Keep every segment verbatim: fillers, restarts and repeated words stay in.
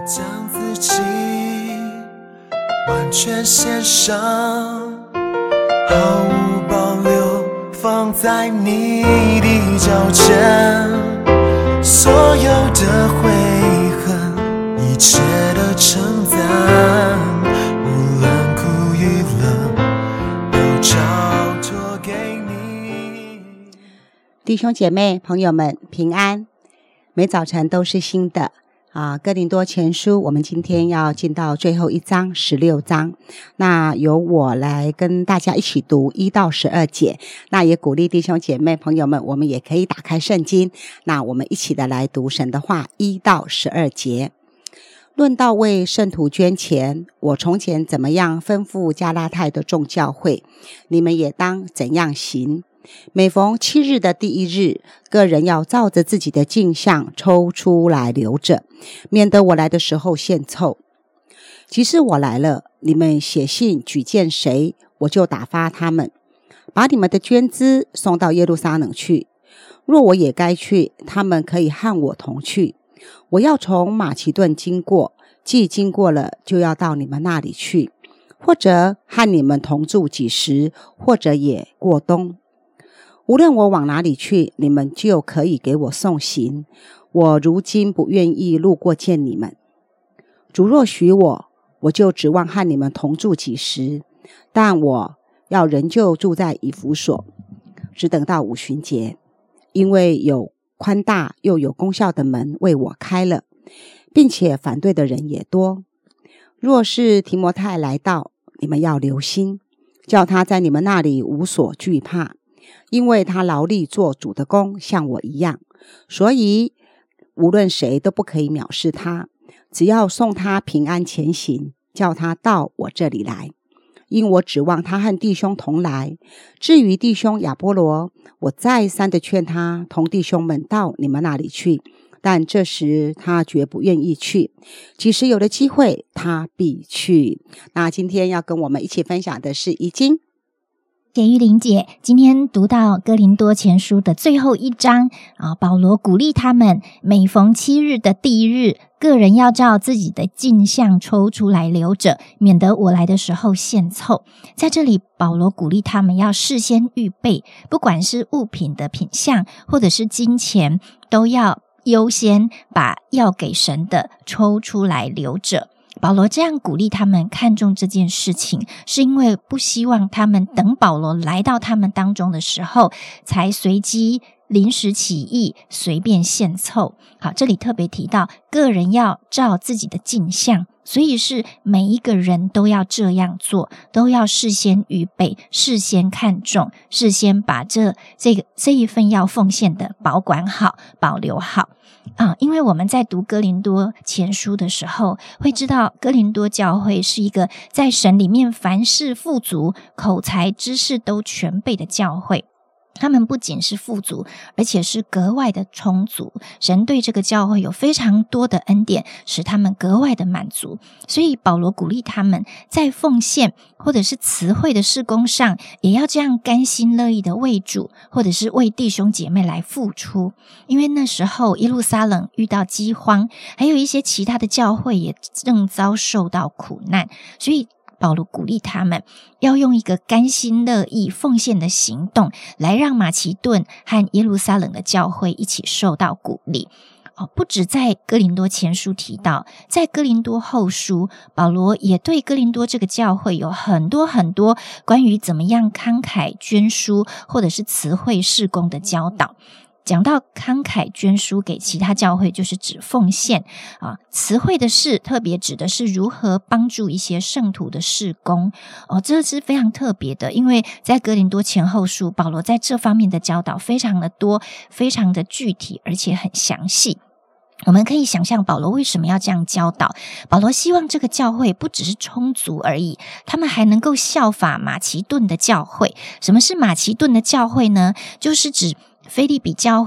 将自己完全献上，毫无保留放在你的脚前，所有的悔恨，一切的称赞，无论苦与乐，都交托给你。 弟兄姐妹朋友们平安，每早晨都是新的啊，哥林多前书我们今天要进到最后一章十六章，那由我来跟大家一起读一到十二节，那也鼓励弟兄姐妹朋友们，我们也可以打开圣经，那我们一起的来读神的话一到十二节。论到为圣徒捐钱，我从前怎么样吩咐加拉太的众教会，你们也当怎样行。每逢七日的第一日，个人要照着自己的镜像抽出来留着，免得我来的时候献凑。即使我来了，你们写信举荐谁，我就打发他们，把你们的捐资送到耶路撒冷去。若我也该去，他们可以和我同去。我要从马其顿经过，既经过了，就要到你们那里去，或者和你们同住几时，或者也过冬。无论我往哪里去，你们就可以给我送行。我如今不愿意路过见你们。主若许我，我就指望和你们同住几时，但我要仍旧住在以弗所，只等到五旬节，因为有宽大又有功效的门为我开了，并且反对的人也多。若是提摩太来到，你们要留心，叫他在你们那里无所惧怕，因为他劳力做主的工，像我一样，所以无论谁都不可以藐视他，只要送他平安前行，叫他到我这里来，因我指望他和弟兄同来。至于弟兄亚波罗，我再三的劝他同弟兄们到你们那里去，但这时他绝不愿意去，即使有了机会，他必去。那今天要跟我们一起分享的是已经谢玉玲姐，今天读到哥林多前书的最后一章啊，保罗鼓励他们，每逢七日的第一日，个人要照自己的镜像抽出来留着，免得我来的时候献凑。在这里，保罗鼓励他们要事先预备，不管是物品的品项，或者是金钱，都要优先把要给神的抽出来留着。保罗这样鼓励他们看重这件事情，是因为不希望他们等保罗来到他们当中的时候，才随机临时起意随便献凑。好，这里特别提到个人要照自己的镜像，所以是每一个人都要这样做，都要事先预备，事先看重，事先把这这个这一份要奉献的保管好，保留好啊。因为我们在读哥林多前书的时候，会知道哥林多教会是一个在神里面凡事富足，口才知识都全备的教会。他们不仅是富足，而且是格外的充足。神对这个教会有非常多的恩典，使他们格外的满足。所以保罗鼓励他们在奉献或者是词汇的事工上，也要这样甘心乐意的为主，或者是为弟兄姐妹来付出。因为那时候耶路撒冷遇到饥荒，还有一些其他的教会也正遭受到苦难，所以保罗鼓励他们要用一个甘心乐意奉献的行动，来让马其顿和耶路撒冷的教会一起受到鼓励。哦，不止在哥林多前书提到，在哥林多后书，保罗也对哥林多这个教会有很多很多关于怎么样慷慨捐书或者是词汇事工的教导。讲到慷慨捐书给其他教会，就是指奉献啊。词汇的事特别指的是如何帮助一些圣徒的事工哦，这是非常特别的，因为在哥林多前后书，保罗在这方面的教导非常的多，非常的具体，而且很详细。我们可以想象保罗为什么要这样教导。保罗希望这个教会不只是充足而已，他们还能够效法马其顿的教会。什么是马其顿的教会呢？就是指腓立比教会、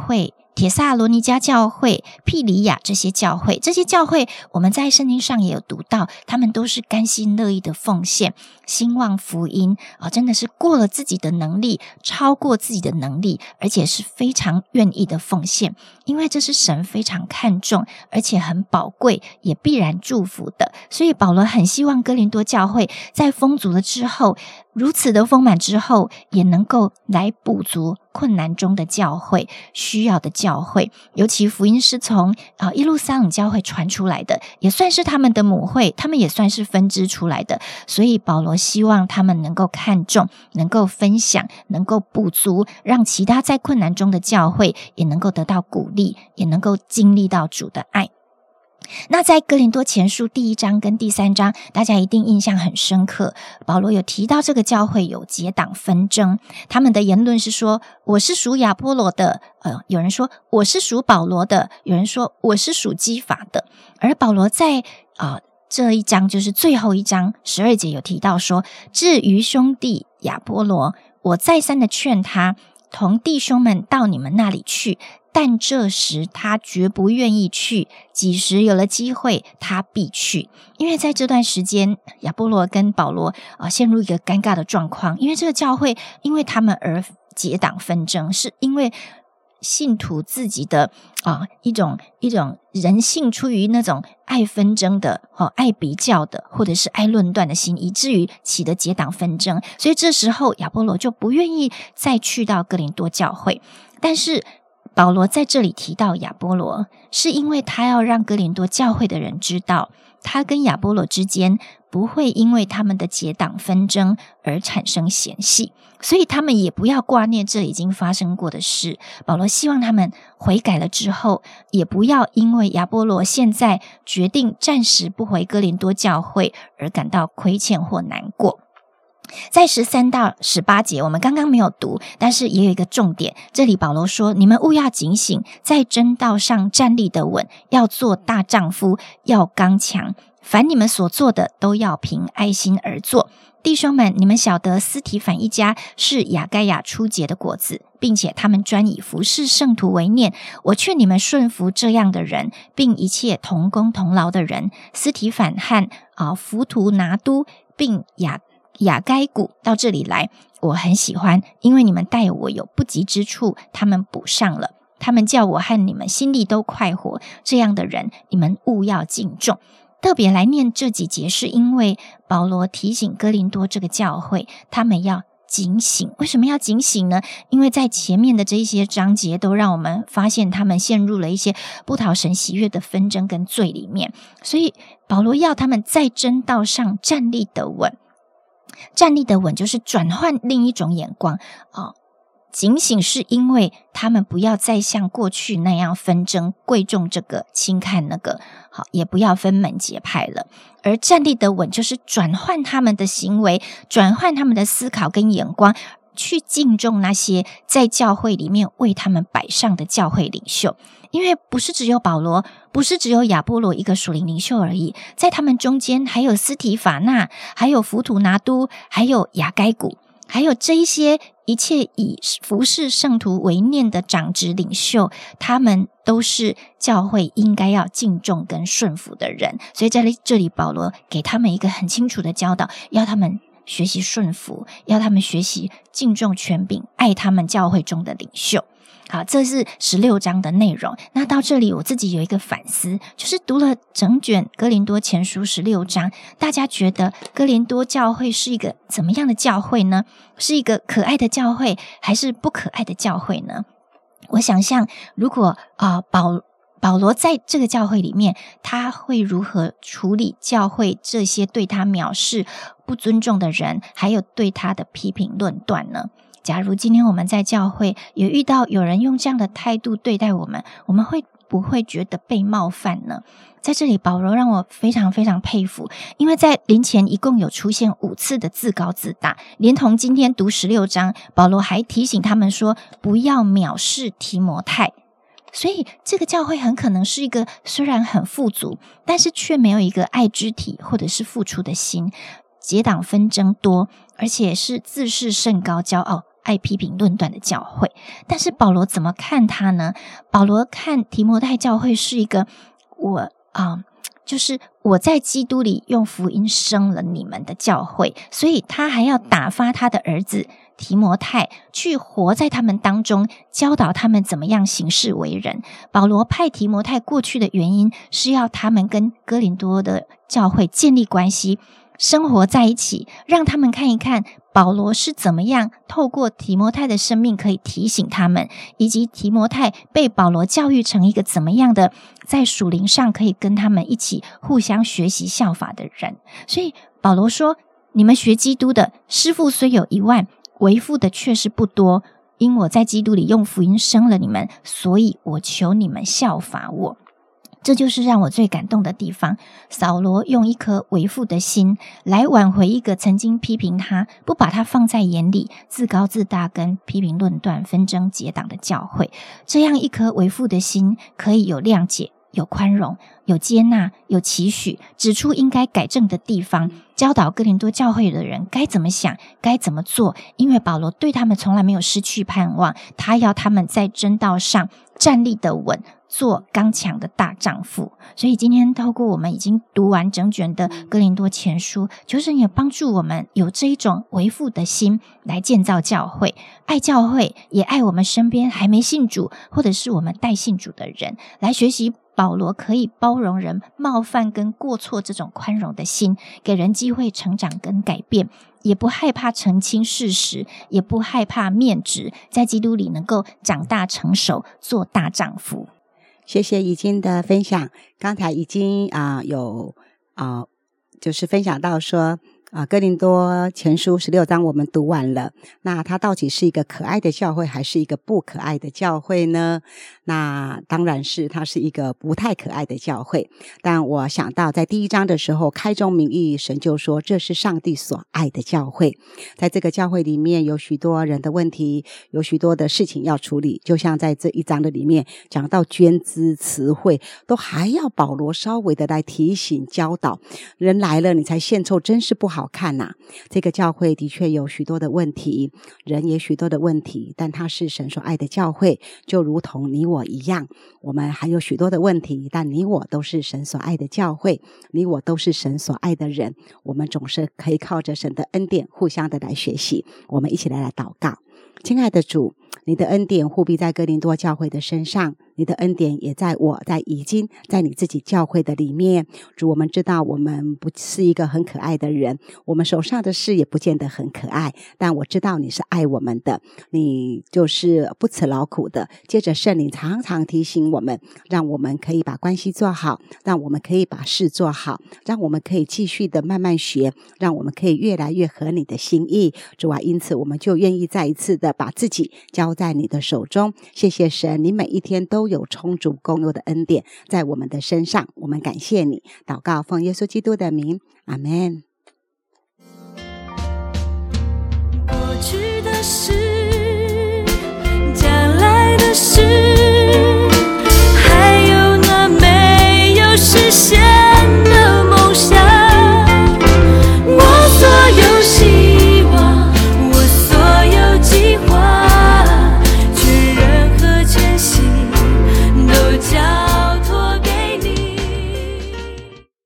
帖撒罗尼迦教会、庇里亚这些教会，这些教会我们在圣经上也有读到，他们都是甘心乐意的奉献，兴旺福音啊，真的是过了自己的能力，超过自己的能力，而且是非常愿意的奉献，因为这是神非常看重，而且很宝贵，也必然祝福的。所以保罗很希望哥林多教会在丰足了之后，如此的丰满之后，也能够来补足困难中的教会，需要的教会，尤其福音是从啊耶路撒冷教会传出来的，也算是他们的母会，他们也算是分支出来的，所以保罗希望他们能够看重，能够分享，能够补足，让其他在困难中的教会也能够得到鼓励，也能够经历到主的爱。那在哥林多前书第一章跟第三章，大家一定印象很深刻，保罗有提到这个教会有结党纷争，他们的言论是说我是属亚波罗的，呃，有人说我是属保罗的，有人说我是属基法的。而保罗在啊、呃、这一章就是最后一章十二节有提到说，至于兄弟亚波罗，我再三的劝他同弟兄们到你们那里去，但这时他绝不愿意去，几时有了机会他必去。因为在这段时间亚波罗跟保罗、呃、陷入一个尴尬的状况，因为这个教会因为他们而结党纷争，是因为信徒自己的啊一种一种人性出于那种爱纷争的、哦、爱比较的或者是爱论断的心，以至于起的结党纷争。所以这时候亚波罗就不愿意再去到哥林多教会。但是保罗在这里提到亚波罗，是因为他要让哥林多教会的人知道，他跟亚波罗之间不会因为他们的结党纷争而产生嫌隙，所以他们也不要挂念这已经发生过的事。保罗希望他们悔改了之后，也不要因为亚波罗现在决定暂时不回哥林多教会而感到亏欠或难过。在十三到十八节我们刚刚没有读，但是也有一个重点，这里保罗说，你们务要警醒，在真道上站立得稳，要做大丈夫，要刚强，凡你们所做的都要凭爱心而做。弟兄们，你们晓得司提反一家是亚该亚初结的果子，并且他们专以服侍圣徒为念，我劝你们顺服这样的人，并一切同工同劳的人。司提反和啊弗图拿都并亚亚该古到这里来，我很喜欢，因为你们待我有不及之处，他们补上了，他们叫我和你们心里都快活，这样的人你们务要敬重。特别来念这几节，是因为保罗提醒哥林多这个教会，他们要警醒。为什么要警醒呢？因为在前面的这一些章节都让我们发现他们陷入了一些不讨神喜悦的纷争跟罪里面，所以保罗要他们在真道上站立得稳。站立得稳就是转换另一种眼光、哦、警醒是因为他们不要再像过去那样纷争，贵重这个轻看那个，好，也不要分门结派了。而站立得稳就是转换他们的行为，转换他们的思考跟眼光，去敬重那些在教会里面为他们摆上的教会领袖。因为不是只有保罗，不是只有亚波罗一个属灵领袖而已，在他们中间还有斯提法纳，还有弗图拿都，还有亚该古，还有这一些一切以服侍圣徒为念的长职领袖，他们都是教会应该要敬重跟顺服的人。所以在这里保罗给他们一个很清楚的教导，要他们学习顺服，要他们学习敬重权柄，爱他们教会中的领袖。好，这是十六章的内容。那到这里我自己有一个反思，就是读了整卷哥林多前书十六章，大家觉得哥林多教会是一个怎么样的教会呢？是一个可爱的教会还是不可爱的教会呢？我想象如果啊、呃、保保罗在这个教会里面，他会如何处理教会这些对他藐视不尊重的人，还有对他的批评论断呢？假如今天我们在教会也遇到有人用这样的态度对待我们，我们会不会觉得被冒犯呢？在这里保罗让我非常非常佩服，因为在临前一共有出现五次的自高自大，连同今天读十六章，保罗还提醒他们说不要藐视提摩太。所以这个教会很可能是一个虽然很富足，但是却没有一个爱肢体或者是付出的心，结党纷争多，而且是自视甚高骄傲， 爱批评论断的教会。但是保罗怎么看他呢？保罗看提摩太教会是一个我啊、呃，就是我在基督里用福音生了你们的教会，所以他还要打发他的儿子提摩太去活在他们当中，教导他们怎么样行事为人。保罗派提摩太过去的原因是要他们跟哥林多的教会建立关系，生活在一起，让他们看一看保罗是怎么样透过提摩太的生命可以提醒他们，以及提摩太被保罗教育成一个怎么样的在属灵上可以跟他们一起互相学习效法的人。所以保罗说，你们学基督的，师傅虽有一万，为父的却是不多，因我在基督里用福音生了你们，所以我求你们效法我。这就是让我最感动的地方。扫罗用一颗为父的心来挽回一个曾经批评他，不把他放在眼里，自高自大跟批评论断纷争结党的教会。这样一颗为父的心可以有谅解，有宽容，有接纳，有期许，指出应该改正的地方，教导哥林多教会的人该怎么想，该怎么做。因为保罗对他们从来没有失去盼望，他要他们在真道上站立得稳，做刚强的大丈夫。所以今天透过我们已经读完整卷的哥林多前书，求神也帮助我们有这一种为父的心来建造教会，爱教会，也爱我们身边还没信主或者是我们待信主的人，来学习保罗可以包容人冒犯跟过错这种宽容的心，给人机会成长跟改变，也不害怕澄清事实，也不害怕面直，在基督里能够长大成熟，做大丈夫。 谢谢已经的分享。刚才已经啊、呃、有啊、呃、就是分享到说啊，哥林多前书十六章我们读完了，那它到底是一个可爱的教会还是一个不可爱的教会呢？那当然是它是一个不太可爱的教会。但我想到在第一章的时候，开宗明义神就说这是上帝所爱的教会。在这个教会里面有许多人的问题，有许多的事情要处理，就像在这一章的里面讲到捐资词汇，都还要保罗稍微的来提醒教导，人来了你才献臭，真是不好好看呐、啊！这个教会的确有许多的问题，人也许多的问题，但它是神所爱的教会，就如同你我一样，我们还有许多的问题，但你我都是神所爱的教会，你我都是神所爱的人，我们总是可以靠着神的恩典互相的来学习。我们一起来来祷告。亲爱的主，你的恩典护庇在哥林多教会的身上，你的恩典也在我在已经在你自己教会的里面。主，我们知道我们不是一个很可爱的人，我们手上的事也不见得很可爱，但我知道你是爱我们的，你就是不辞劳苦的，借着圣灵常常提醒我们，让我们可以把关系做好，让我们可以把事做好，让我们可以继续的慢慢学，让我们可以越来越合你的心意。主啊，因此我们就愿意再一次的把自己交在你的手中。谢谢神，你每一天都有充足供用的恩典在我们的身上，我们感谢你。祷告奉耶稣基督的名，阿们。 过去的事